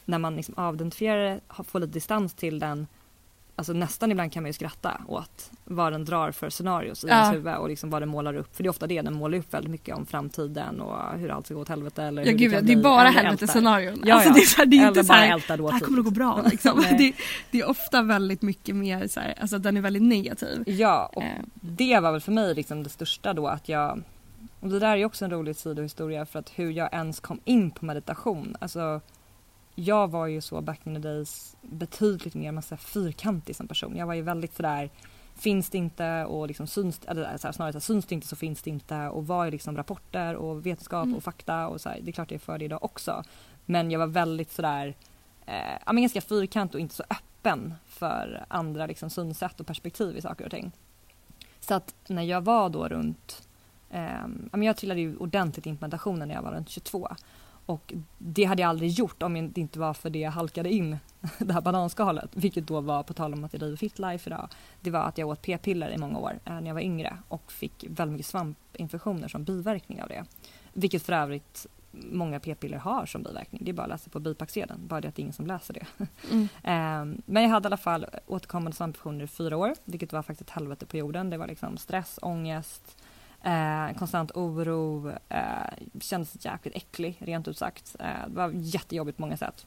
när man liksom avidentifierar det, får lite distans till den, alltså nästan ibland kan man ju skratta åt vad den drar för scenarios i ens huvud och liksom vad den målar upp. För det är ofta det, den målar upp väldigt mycket om framtiden och hur allt ska gå åt helvete. Eller hur det är bara helvetescenarion. Ja, alltså, det är inte så här, det här kommer det gå bra. Liksom. det är ofta väldigt mycket mer så här, alltså den är väldigt negativ. Ja, och det var väl för mig liksom det största då att jag, och det där är ju också en rolig sidohistoria för att hur jag ens kom in på meditation. Alltså jag var ju så back in the days betydligt mer massa fyrkantig som person. Jag var ju väldigt sådär, finns det inte och liksom syns, eller så här, snarare så här, syns det inte så finns det inte, och var ju liksom rapporter och vetenskap och fakta och så här, det är klart jag är för det idag också. Men jag var väldigt sådär, men ganska fyrkant och inte så öppen för andra liksom synsätt och perspektiv i saker och ting. Så att när jag var då runt, jag trillade ju ordentligt in på meditationen när jag var runt 22. Och det hade jag aldrig gjort om det inte var för det jag halkade in det här bananskalet. Vilket då var, på tal om att jag driver Fit Life idag, det var att jag åt p-piller i många år när jag var yngre. Och fick väldigt mycket svampinfektioner som biverkning av det. Vilket för övrigt många p-piller har som biverkning. Det är bara att läsa på bipacksedeln. Bara det att det är ingen som läser det. Men jag hade i alla fall återkommande svampinfektioner i 4 år. Vilket var faktiskt ett helvete på jorden. Det var liksom stress, ångest, konstant oro, kändes jäkligt äcklig rent ut sagt. Det var jättejobbigt på många sätt.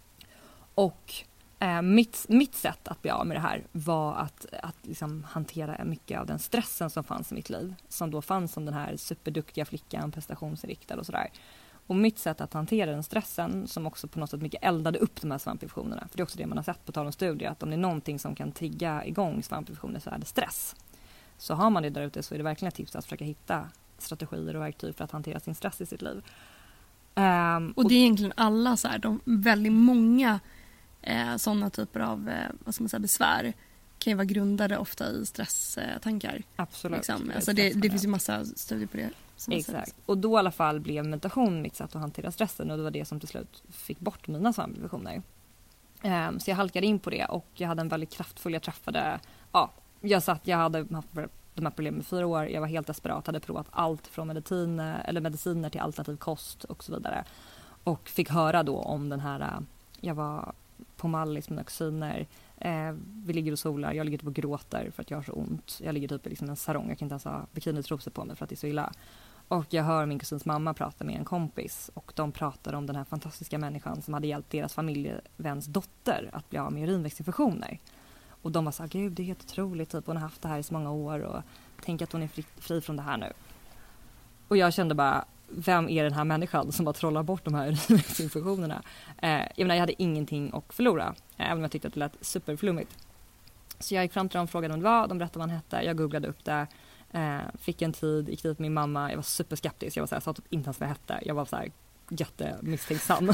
Och mitt sätt att bli av med det här var att liksom hantera mycket av den stressen som fanns i mitt liv. Som då fanns som den här superduktiga flickan, prestationsinriktad och sådär. Och mitt sätt att hantera den stressen, som också på något sätt mycket eldade upp de här svampinfektionerna. För det är också det man har sett på tal om studier, att om det är någonting som kan trigga igång svampinfektioner så är det stress. Så har man det där ute så är det verkligen ett tips att försöka hitta strategier och verktyg för att hantera sin stress i sitt liv. Och det är egentligen alla så här, väldigt många sådana typer av vad ska man säga, besvär kan ju vara grundade ofta i stresstankar. Absolut. Liksom. Alltså det finns ju massa studier på det. Exakt. Och då i alla fall blev meditation mitt sätt att hantera stressen, och det var det som till slut fick bort mina svampinfektioner. Så jag halkade in på det och jag hade en väldigt kraftfull, jag träffade, jag hade haft de här problemen i 4 år. Jag var helt desperat, hade provat allt från mediciner till alternativ kost och så vidare. Och fick höra då om den här, jag var på Mallis med mina kusiner. Vi ligger och solar, jag ligger typ och gråter för att jag har så ont. Jag ligger typ i liksom en sarong, jag kan inte ens ha bikinitrosor på mig för att det är så illa. Och jag hör min kusins mamma prata med en kompis, och de pratar om den här fantastiska människan som hade hjälpt deras familjeväns dotter att bli av med urinvägsinfektioner. Och de var så här, gud det är helt otroligt, typ, hon har haft det här i så många år och tänk att hon är fri från det här nu. Och jag kände bara, vem är den här människan som har trollat bort de här urinvägsinfektionerna? Jag hade ingenting att förlora, även om jag tyckte att det lät superflummigt. Så jag gick fram till dem och frågade om det var, de berättade vad han hette, jag googlade upp det, fick en tid, gick dit med min mamma, jag var superskeptisk, jag var så här, sa typ inte ens vad jag hette, jag var så här jättemisstänksam.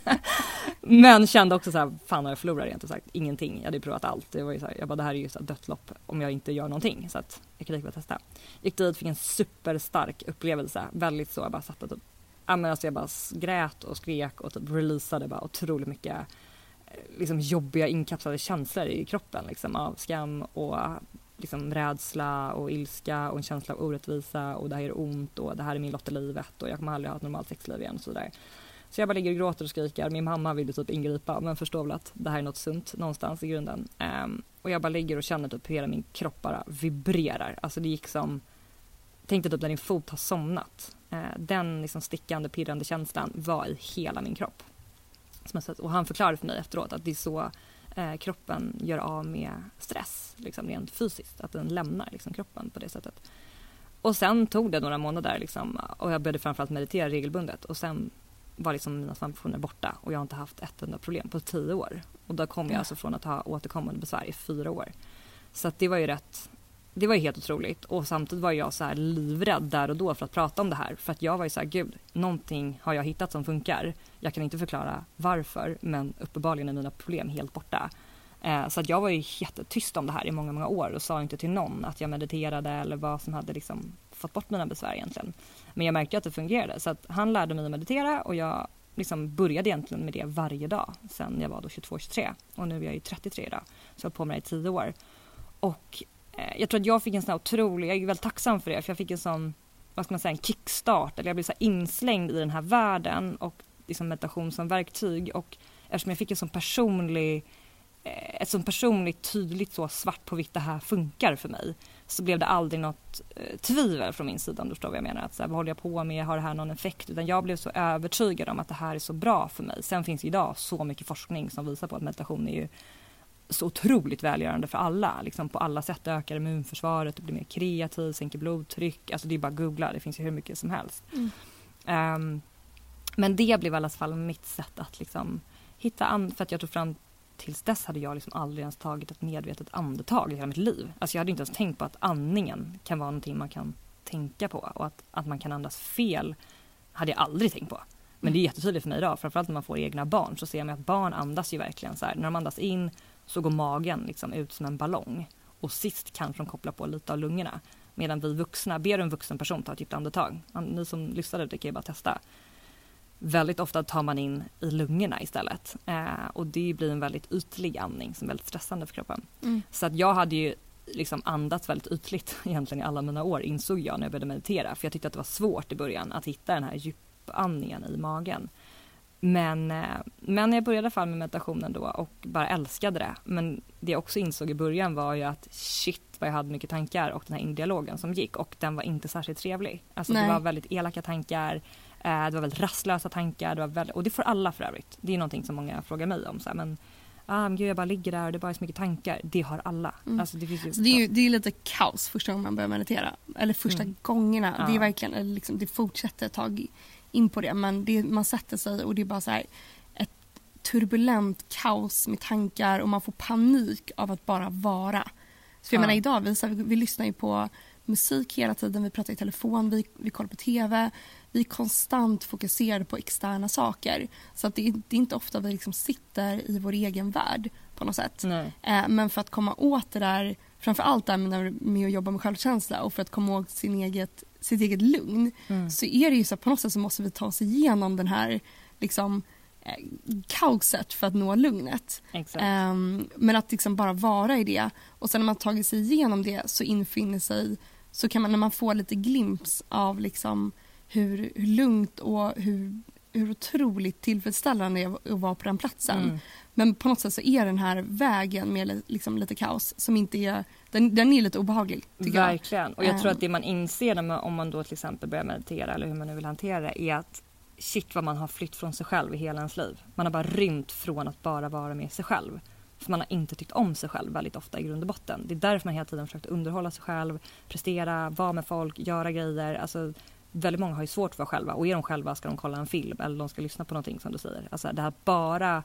Men kände också så här, fan har jag förlorat rent och sagt ingenting. Jag hade provat allt. Det var ju så här, jag bara, det här är ju så dödslopp om jag inte gör någonting, så att jag kan lika väl testa. Gick dit, fick en superstark upplevelse, väldigt så, jag bara satt och typ, jag bara grät och skrek och typ releasade bara otroligt mycket liksom jobbiga inkapslade känslor i kroppen liksom, av skam och liksom rädsla och ilska och en känsla av orättvisa, och det här är ont och det här är min lott i livet och jag kommer aldrig ha ett normalt sexliv igen och så där. Så jag bara ligger och gråter och skriker. Min mamma ville typ ingripa, men förstår väl att det här är något sunt någonstans i grunden. Och jag bara ligger och känner typ hur hela min kropp bara vibrerar. Alltså det gick som, tänkte typ när din fot har somnat. Den liksom stickande, pirrande känslan var i hela min kropp. Och han förklarade för mig efteråt att det är så kroppen gör av med stress, liksom rent fysiskt. Att den lämnar liksom kroppen på det sättet. Och sen tog det några månader liksom, och jag började framförallt meditera regelbundet. Och sen var liksom mina svampinfektioner borta och jag har inte haft ett enda problem på 10 år. Och då kom jag alltså från att ha återkommande besvär i 4 år. Så att det var ju helt otroligt. Och samtidigt var jag så här livrädd där och då för att prata om det här. För att jag var ju så här, gud, någonting har jag hittat som funkar. Jag kan inte förklara varför, men uppenbarligen är mina problem helt borta. Så att jag var ju jättetyst om det här i många, många år och sa inte till någon att jag mediterade eller vad som hade liksom fått bort mina besvär egentligen. Men jag märkte att det fungerade, så att han lärde mig att meditera och jag liksom började egentligen med det varje dag sen jag var då 22-23, och nu är jag ju 33 idag, så jag har på med det i 10 år. Och jag tror att jag fick en sån här otrolig, jag är väldigt tacksam för det, för jag fick en sån, vad ska man säga, en kickstart, eller jag blev så här inslängd i den här världen och liksom meditation som verktyg, och eftersom jag fick ett sån personligt tydligt så svart på vitt det här funkar för mig, så blev det aldrig något tvivel från min sida, om du förstår vad jag menar. Att så här, vad håller jag på med? Har det här någon effekt? Utan jag blev så övertygad om att det här är så bra för mig. Sen finns idag så mycket forskning som visar på att meditation är ju så otroligt välgörande för alla. Liksom på alla sätt ökar immunförsvaret, du blir mer kreativ, sänker blodtryck. Alltså det är bara att googla, det finns ju hur mycket som helst. Men det blev i alla fall mitt sätt att liksom hitta för att jag tror fram tills dess hade jag liksom aldrig ens tagit ett medvetet andetag i hela mitt liv. Alltså jag hade inte ens tänkt på att andningen kan vara någonting man kan tänka på, och att man kan andas fel hade jag aldrig tänkt på. Men det är jättetydligt för mig idag, framförallt när man får egna barn, så ser man att barn andas ju verkligen så här. När de andas in så går magen liksom ut som en ballong, och sist kanske de kopplar på lite av lungorna, medan vi vuxna, ber en vuxen person ta ett djupt andetag. Ni som lyssnar ute kan ju bara testa. Väldigt ofta tar man in i lungorna istället. Och det blir en väldigt ytlig andning som är väldigt stressande för kroppen. Så att jag hade ju liksom andats väldigt ytligt egentligen i alla mina år, insåg jag när jag började meditera. För jag tyckte att det var svårt i början att hitta den här djupandningen i magen. Men jag började i alla fall med meditationen då och bara älskade det. Men det jag också insåg i början var ju att shit vad jag hade mycket tankar, och den här indialogen som gick, och den var inte särskilt trevlig. Alltså det var väldigt elaka tankar. Det var väldigt rastlösa tankar. Och det får alla för övrigt. Det är någonting som många frågar mig om. Så här, men gud, jag bara ligger där och det är bara så mycket tankar. Det har alla. Alltså, det finns ju, så det är lite kaos första gången man börjar meditera. Eller första gångerna. Ja. Det är verkligen, liksom, det fortsätter ett tag in på det. Men man sätter sig och det är bara så här ett turbulent kaos med tankar. Och man får panik av att bara vara. Så jag menar idag, vi lyssnar ju på musik hela tiden, vi pratar i telefon, vi kollar på tv, vi är konstant fokuserade på externa saker. Så att det är inte ofta vi liksom sitter i vår egen värld på något sätt. Men för att komma åt det där, framförallt där med att jobba med självkänsla, och för att komma åt sitt eget lugn, så är det ju så att på något sätt så måste vi ta oss igenom den här liksom kaoset för att nå lugnet. Men att liksom bara vara i det, och sen när man tagit sig igenom det så infinner sig, så kan man, när man får lite glimps av liksom hur lugnt och hur otroligt tillfredsställande det är att vara på den platsen. Men på något sätt så är den här vägen med liksom lite kaos som inte är, den är lite obehaglig, tycker jag. Verkligen. Och jag tror att det man inser om man då till exempel börjar meditera, eller hur man nu vill hantera det, är att shit vad man har flytt från sig själv i hela ens liv. Man har bara rymt från att bara vara med sig själv. För man har inte tyckt om sig själv väldigt ofta i grund och botten. Det är därför man hela tiden försökt underhålla sig själv, prestera, vara med folk, göra grejer. Alltså väldigt många har ju svårt att vara själva. Och är de själva ska de kolla en film eller de ska lyssna på någonting som du säger. Alltså det här bara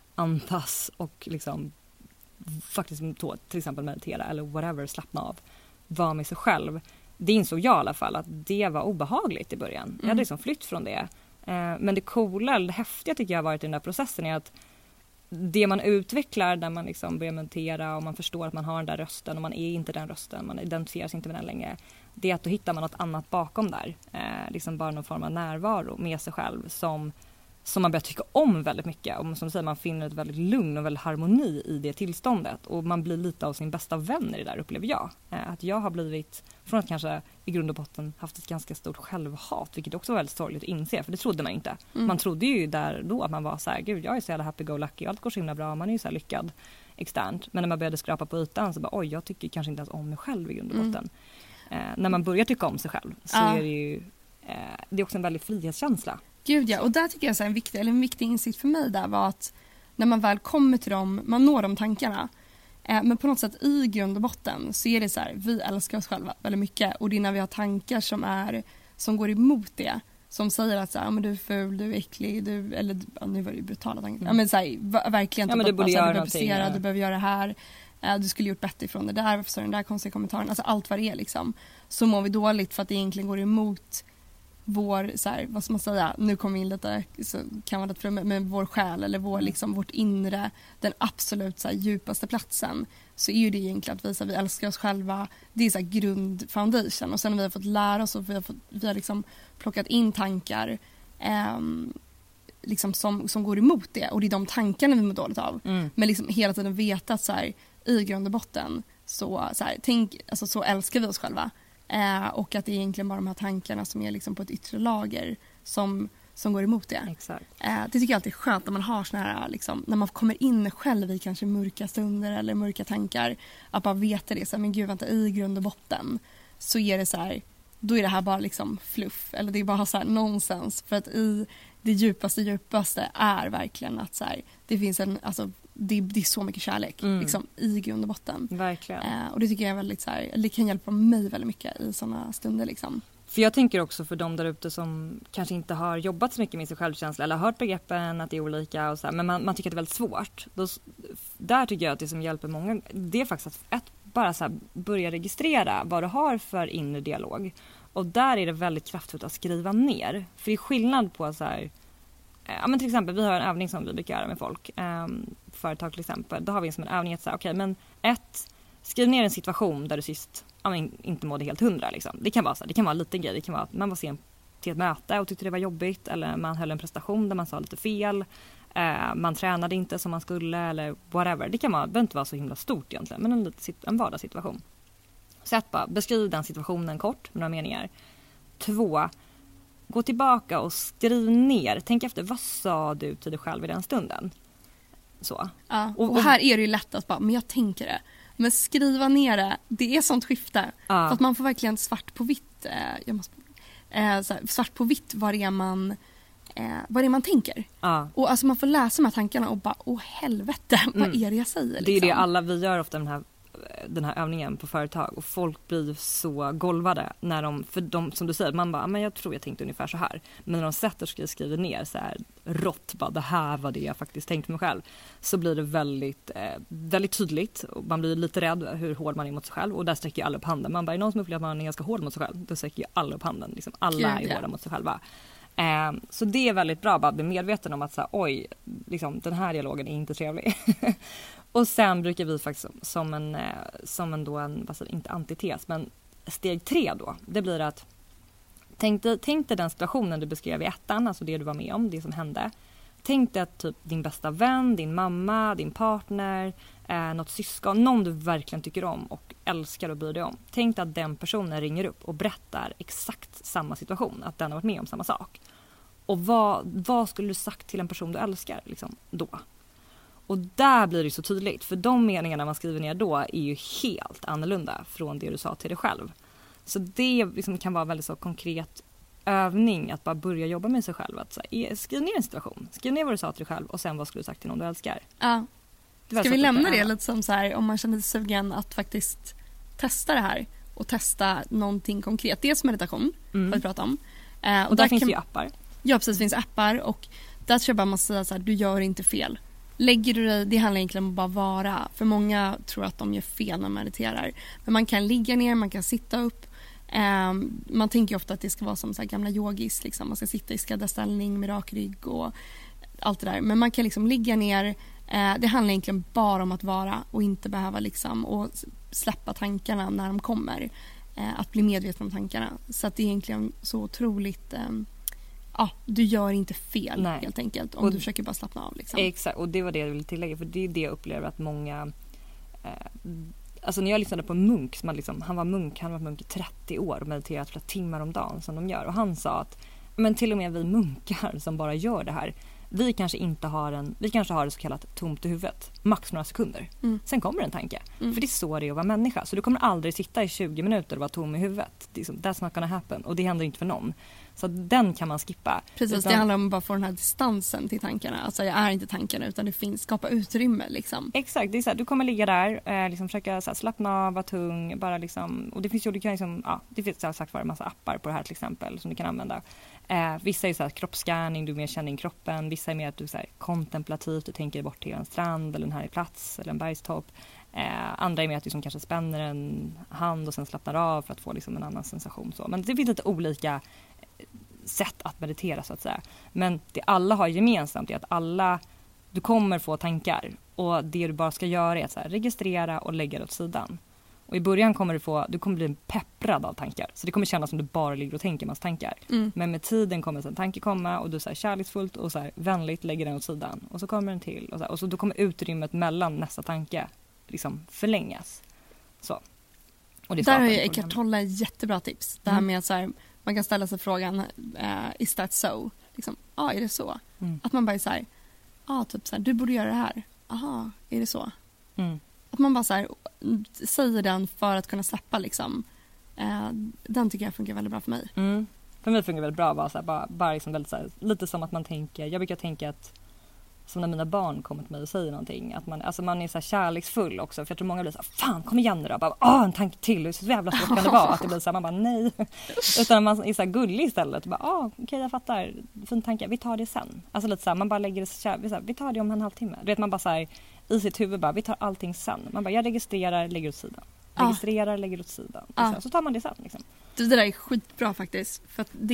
antas och liksom faktiskt till exempel meditera eller whatever, slappna av. Vara med sig själv. Det insåg jag i alla fall att det var obehagligt i början. Jag hade liksom flytt från det. Men det coola, det häftiga tycker jag har varit i den där processen är att det man utvecklar när man liksom börjar meditera och man förstår att man har den där rösten och man är inte den rösten, man identifierar sig inte med den längre. Det är att då hittar man något annat bakom där. Liksom bara någon form av närvaro med sig själv som man börjar tycka om väldigt mycket. Och som du säger, man finner ett väldigt lugn och väldigt harmoni i det tillståndet. Och man blir lite av sin bästa vän i det där, upplever jag. Att jag har blivit, från att kanske i grund och botten haft ett ganska stort självhat, vilket också var väldigt sorgligt att inse, för det trodde man inte. Man trodde ju där då att man var så här, gud jag är så jävla happy-go-lucky, allt går så himla bra, man är ju så här lyckad externt. Men när man började skrapa på ytan så bara, oj, jag tycker kanske inte ens om mig själv i grund och botten. När man börjar tycka om sig själv så är det ju det är också en väldigt frihetskänsla. Gud ja, och där tycker jag så en viktig insikt för mig där var att när man väl kommer till dem, man når de tankarna, men på något sätt i grund och botten så är det så här, vi älskar oss själva väldigt mycket, och det är när vi har tankar som går emot det, som säger att så här, men du är ful, du är äcklig, eller nu var det ju brutala tankar, men så här, verkligen men du borde göra någonting, du behöver göra det här, du skulle gjort bättre ifrån det där, varför sa den där konstiga kommentaren, alltså allt vad det är liksom, så mår vi dåligt för att det egentligen går emot vår, så här, vad ska man säga, nu kommer vi in lite, så kan vara lite med vår själ eller vår, liksom, vårt inre, den absolut så här, djupaste platsen, så är ju det egentligen att visa att vi älskar oss själva. Det är så här grundfoundation, och sen när vi har fått lära oss och vi har liksom plockat in tankar liksom som går emot det, och det är de tankarna vi mår dåligt av, men liksom hela tiden veta att så här, i grund och botten så här, alltså, så älskar vi oss själva. Och att det är egentligen bara de här tankarna som är liksom på ett yttre lager som som går emot det. Exakt. Det tycker jag alltid är skönt när man har såna här, liksom, när man kommer in själv i kanske mörka stunder eller mörka tankar, att bara veta det, så här, men gud vänta, i grund och botten så är det så här, då är det här bara liksom fluff, eller det är bara så här nonsens, för att i det djupaste är verkligen att så här, det finns en, alltså det är så mycket kärlek liksom, i grund och botten. Verkligen. Och det tycker jag är väldigt så här, det kan hjälpa mig väldigt mycket i såna stunder liksom. För jag tänker också för de där ute som kanske inte har jobbat så mycket med sin självkänsla eller har hört begreppen att det är olika och så här, men man tycker att det är väldigt svårt. Där tycker jag att det som hjälper många, det är faktiskt att bara så här, börja registrera vad du har för inre dialog. Och där är det väldigt kraftfullt att skriva ner. För det är skillnad på så här, ja men till exempel vi har en övning som vi brukar göra med folk, företag till exempel. Då har vi som en övning att säga, okej, men skriv ner en situation där du sist inte mådde helt 100 liksom. Det kan vara så här, det kan vara en liten grej, det kan vara att man var sen till ett möte och tyckte det var jobbigt, eller man höll en prestation där man sa lite fel, man tränade inte som man skulle eller whatever. Det behöver inte vara så himla stort egentligen, men en vardagssituation. Så bara beskriv den situationen kort med några meningar. 2, gå tillbaka och skriv ner. Tänk efter, vad sa du till dig själv i den stunden? Så. Ja, och här är det ju lätt att bara, men jag tänker det. Men skriva ner det är sånt skifte. Ja. För att man får verkligen svart på vitt. Svart på vitt vad det är man tänker. Ja. Och alltså man får läsa de här tankarna och bara, åh helvete, vad är det jag säger? Liksom. Det är det alla vi gör ofta den här övningen på företag, och folk blir så golvade när för de, som du säger, man bara, men jag tror jag tänkte ungefär så här, men när de sätter sig och skriver ner så här rått, bara det här var det jag faktiskt tänkt för mig själv, så blir det väldigt, väldigt tydligt, och man blir lite rädd hur hård man är mot sig själv, och där sträcker ju alla upp handen. Man bara, är någon som upplever att man är ganska hård mot sig själv, då sträcker ju alla upp handen, liksom. Alla är hårda mot sig själva. Så det är väldigt bra att bli medveten om att så här, oj, liksom, den här dialogen är inte trevlig. Och sen brukar vi faktiskt som en inte antites, men steg 3 då, det blir att tänk dig den situationen du beskrev i ettan, alltså det du var med om, det som hände. Tänk dig att typ din bästa vän, din mamma, din partner, något syskon, någon du verkligen tycker om och älskar och bryr dig om. Tänk dig att den personen ringer upp och berättar exakt samma situation, att den har varit med om samma sak. Och vad skulle du sagt till en person du älskar liksom, då? Och där blir det så tydligt, för de meningarna man skriver ner då är ju helt annorlunda från det du sa till dig själv. Så det liksom kan vara väldigt så konkret övning att bara börja jobba med sig själv. Att, så här, skriv ner en situation, skriv ner vad du sa till dig själv och sen vad skulle du sagt till någon du älskar. Ja. Ska vi lämna det lite som så här, om man känner sig sugen att faktiskt testa det här och testa någonting konkret. Dels meditation, vad vi pratar om. Och där finns ju appar. Ja, precis, det finns appar, och där tror jag bara man säger så här, du gör inte fel. Lägger du dig, det handlar egentligen om att bara vara. För många tror att de gör fel när de mediterar. Men man kan ligga ner, man kan sitta upp. Man tänker ofta att det ska vara som så här gamla yogis. Liksom. Man ska sitta i skräddarställning med rak rygg och allt det där. Men man kan liksom ligga ner. Det handlar egentligen bara om att vara och inte behöva liksom, och släppa tankarna när de kommer. Att bli medveten om tankarna. Så att det är egentligen så otroligt... du gör inte fel. Nej. Helt enkelt, om du försöker bara slappna av liksom. Exakt, och det var det jag ville tillägga, för det är det jag upplever att många alltså när jag lyssnade på en munk som han var munk i 30 år och mediterat flera timmar om dagen som de gör, och han sa att men till och med vi munkar som bara gör det här, vi kanske har det så kallat tomt i huvudet max några sekunder. Sen kommer en tanke. För det är så det är att vara människa. Så du kommer aldrig sitta i 20 minuter och vara tom i huvudet. That's not gonna happen. Och det händer inte för någon. Så den kan man skippa. Precis, det handlar om att bara få den här distansen till tankarna. Alltså jag är inte tankarna, utan det finns, skapa utrymme liksom. Exakt, det är så här, du kommer ligga där, liksom försöka så här, slappna av, vara tung, bara liksom, och det finns ju, det finns sagt en massa appar på det här till exempel som du kan använda. Vissa är så här kroppsscanning, du mer känner in kroppen. Vissa är mer att du så här kontemplativt, du tänker bort till en strand eller en härlig plats eller en bergstopp. Andra är mer att du som kanske spänner en hand och sen slappnar av för att få liksom en annan sensation. Så. Men det finns lite olika sätt att meditera så att säga. Men det alla har gemensamt är att du kommer få tankar, och det du bara ska göra är att så här, registrera och lägga det åt sidan. Och i början kommer du kommer bli pepprad av tankar. Så det kommer kännas som du bara ligger och tänker massa tankar. Men med tiden kommer en tanke komma, och du så här kärleksfullt och så här vänligt lägger den åt sidan. Och så kommer den till. Och så då kommer utrymmet mellan nästa tanke liksom förlängas. Så. Och det där har ju Eckhart Tolle jättebra tips. Det här med att så här, man kan ställa sig frågan, is that so? liksom, är det så? Mm. Att man bara är så här, typ så här, du borde göra det här. Aha, är det så? Mm. Att man bara så här, säger den för att kunna släppa liksom. Den tycker jag funkar väldigt bra för mig. Mm. För mig funkar det väldigt bra att vara så här, bara liksom väldigt så här, lite som att man tänker, jag brukar tänka att som när mina barn kommer till mig och säger någonting, att man är så här kärleksfull också, för jag tror många blir så här, fan kom igen nu då, bara, en tanke till, hur så jävla svårt kan det vara, att det blir så här, man bara nej, utan man är så här gullig istället, bara, okej, jag fattar, fin tanke, vi tar det sen, alltså lite så här, man bara lägger det vi tar det om en halvtimme, du vet, man bara så här, i sitt huvud bara, vi tar allting sen, man bara, jag registrerar, lägger åt sidan, lägger åt sidan, så tar man det sen liksom. Det där är skitbra faktiskt.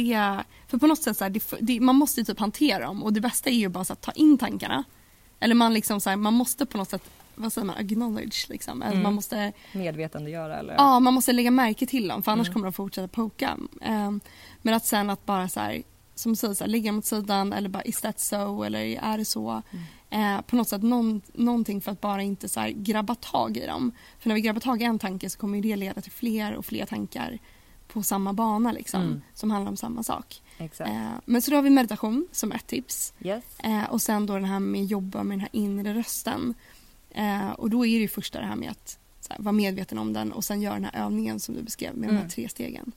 För på något sätt så här, man måste ju typ hantera dem. Och det bästa är ju bara så att ta in tankarna. Eller man liksom så här, man måste på något sätt, vad säger man, acknowledge liksom. Eller man måste medvetandegöra eller? Ja, man måste lägga märke till dem. För annars kommer de fortsätta poka. Men att sen att bara så här, som du säger, så här, ligga mot sidan. Eller bara, is that so? Eller är det så? På något sätt någonting för att bara inte så här, grabba tag i dem. För när vi grabbar tag i en tanke så kommer det leda till fler och fler tankar på samma bana liksom, som handlar om samma sak. Exakt. Men så då har vi meditation som ett tips. Yes. Och sen då den här med att jobba med den här inre rösten. Och då är det ju första det här med att så här, vara medveten om den och sen göra den här övningen som du beskrev med de här 3 stegen.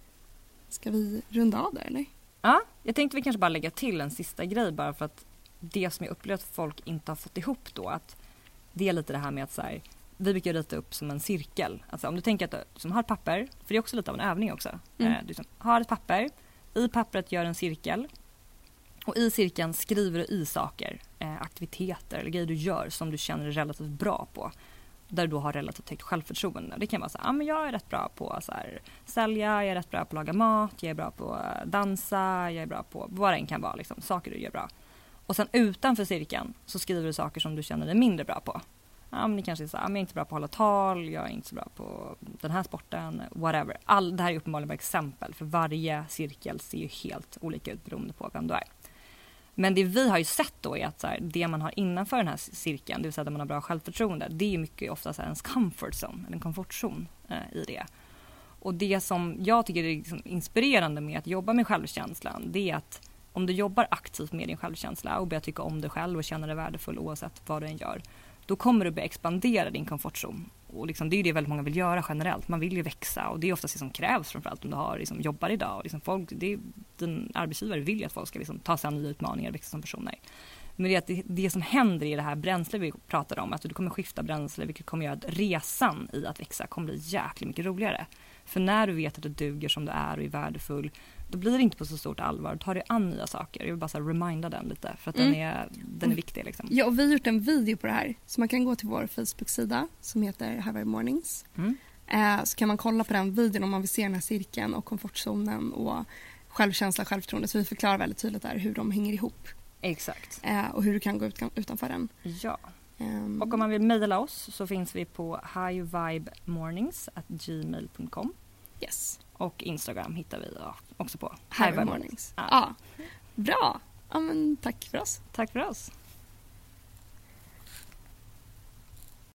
Ska vi runda av där eller? Ja, jag tänkte vi kanske bara lägga till en sista grej bara för att det som jag upplever att folk inte har fått ihop då, att det är lite det här med att så här, vi brukar rita upp som en cirkel. Alltså om du tänker att du som har ett papper, för det är också lite av en övning också. Du liksom har ett papper, i pappret gör en cirkel och i cirkeln skriver du i saker, aktiviteter eller grejer du gör som du känner dig relativt bra på. Där du då har relativt högt självförtroende. Det kan vara så här, men jag är rätt bra på så här, sälja, jag är rätt bra på att laga mat, jag är bra på att dansa, jag är bra på vad det än kan vara, liksom, saker du gör bra. Och sen utanför cirkeln så skriver du saker som du känner dig mindre bra på. Men det kanske är så här, jag är inte bra på att hålla tal, jag är inte så bra på den här sporten, whatever. Det här är uppenbarligen bara exempel, för varje cirkel ser ju helt olika ut beroende på vem du är. Men det vi har ju sett då är att så här, det man har innanför den här cirkeln, det vill säga där man har bra självförtroende, det är mycket ofta så här ens comfort zone, eller en komfortzon i det. Och det som jag tycker är liksom inspirerande med att jobba med självkänslan, det är att om du jobbar aktivt med din självkänsla och börjar tycka om dig själv och känner dig värdefull oavsett vad du än gör, då kommer du börja expandera din komfortzon. Och liksom, det är ju det väldigt många vill göra generellt. Man vill ju växa och det är oftast det som krävs, framförallt om du har, liksom, jobbar idag. Och liksom din arbetsgivare vill ju att folk ska liksom, ta sig an nya utmaningar och växa som personer. Men det är att det som händer i det här bränslet vi pratar om, att du kommer skifta bränsle, vilket kommer göra att resan i att växa kommer bli jäkligt mycket roligare. För när du vet att du duger som du är och är värdefull, då blir det inte på så stort allvar. Då tar du an nya saker. Jag vill bara så här reminda den lite, för att den är viktig. Liksom. Ja, och vi har gjort en video på det här. Så man kan gå till vår Facebook-sida som heter High Vibe Mornings. Så kan man kolla på den videon om man vill se den här cirkeln och komfortzonen och självkänsla, självförtroende. Så vi förklarar väldigt tydligt där hur de hänger ihop. Exakt. Och hur du kan gå utanför den. Ja. Och om man vill mejla oss så finns vi på highvibemornings@gmail.com. Yes. Och Instagram hittar vi också på High Vibe Mornings. Ja. Bra. Ja, men tack för oss. Tack för oss.